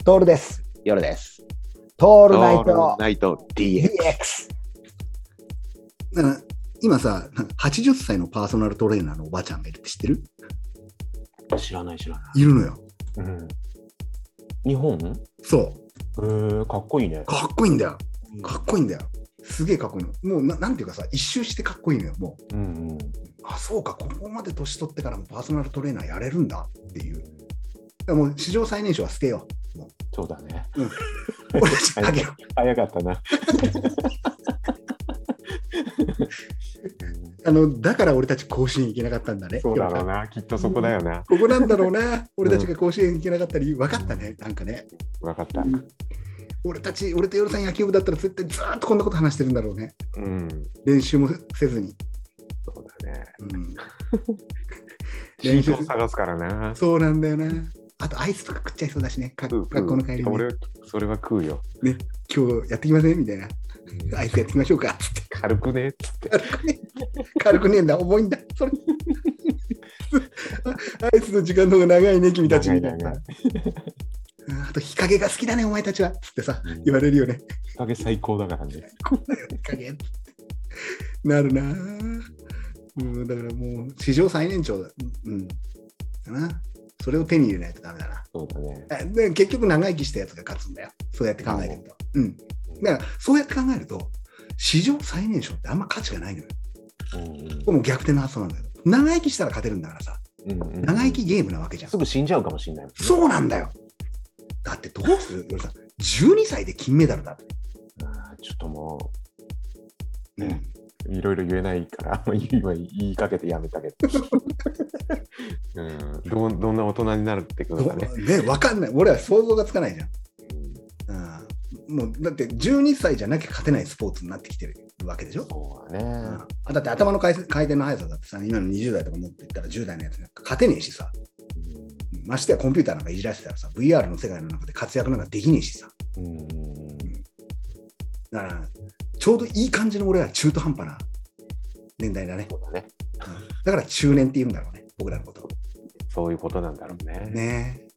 トールです。 夜です。 トールナイオールトナイト DX。 DX。だから今さ、80歳のパーソナルトレーナーのおばちゃんがいるって知ってる？ 知らない。 いるのよ。 うん。日本？ そう。 かっこいいね。 かっこいいんだよ。かっこいいんだよ。すげえかっこいいの。もうなんていうかさ、一周してかっこいいのよ。もう。あ、そうか、ここまで年取ってからもパーソナルトレーナーやれるんだっていう。もう史上最年少は捨てよう。もうそうだね。 俺たちあげよう。 早かったな。 だから俺たち甲子園行けなかったんだね。 そうだろうな。きっとそこだよな。 ここなんだろうな。俺たちが甲子園行けなかったり、分かったね。なんかね。 分かった。 俺と夜さん野球部だったら絶対ずっとこんなこと話してるんだろうね。練習もせずに。 そうだね。 練習を探すからな。 そうなんだよな。あとアイスとか食っちゃいそうだしね。学校の帰りに、ね。 俺それは食うよ。 ね、今日やってきませんみたいな。アイスやってきましょうかっつって。 軽くねっつって。 軽くねえんだ。重いんだ。それアイスの時間の方が長いね、君たちみたいな。あと日陰が好きだね、お前たちはつってさ、言われるよね。 日陰最高だからね。 日陰なるな。だからもう史上最年長だ。だな。それを手に入れないとダメだな。 そうだね。 で結局長生きしたやつが勝つんだよ。そうやって考えると。だからそうやって考えると、史上最年少ってあんま価値がないのよ。もう逆転の発想なんだよ。長生きしたら勝てるんだからさ。長生きゲームなわけじゃん。 すぐ死んじゃうかもしれない。 そうなんだよ。だってどうする？さ、12歳で金メダルだって。 ちょっともう、いろいろ言えないから、今言いかけてやめたけど、どんな大人になるってことかね。 分かんない。俺は想像がつかないじゃん。もうだって12歳じゃなきゃ勝てないスポーツになってきてるわけでしょ。 そうだね。 だって頭の回転の速さだってさ、今の20代とか持っていったら10代のやつに勝てねえしさ。ましてやコンピューターなんかいじらせたらさ、VR の世界の中で活躍なんかできねえしさ。だからちょうどいい感じの俺は中途半端な年代だね。 そうだね。 だから中年って言うんだろうね、僕らのこと。 そういうことなんだろうね。 ねえ。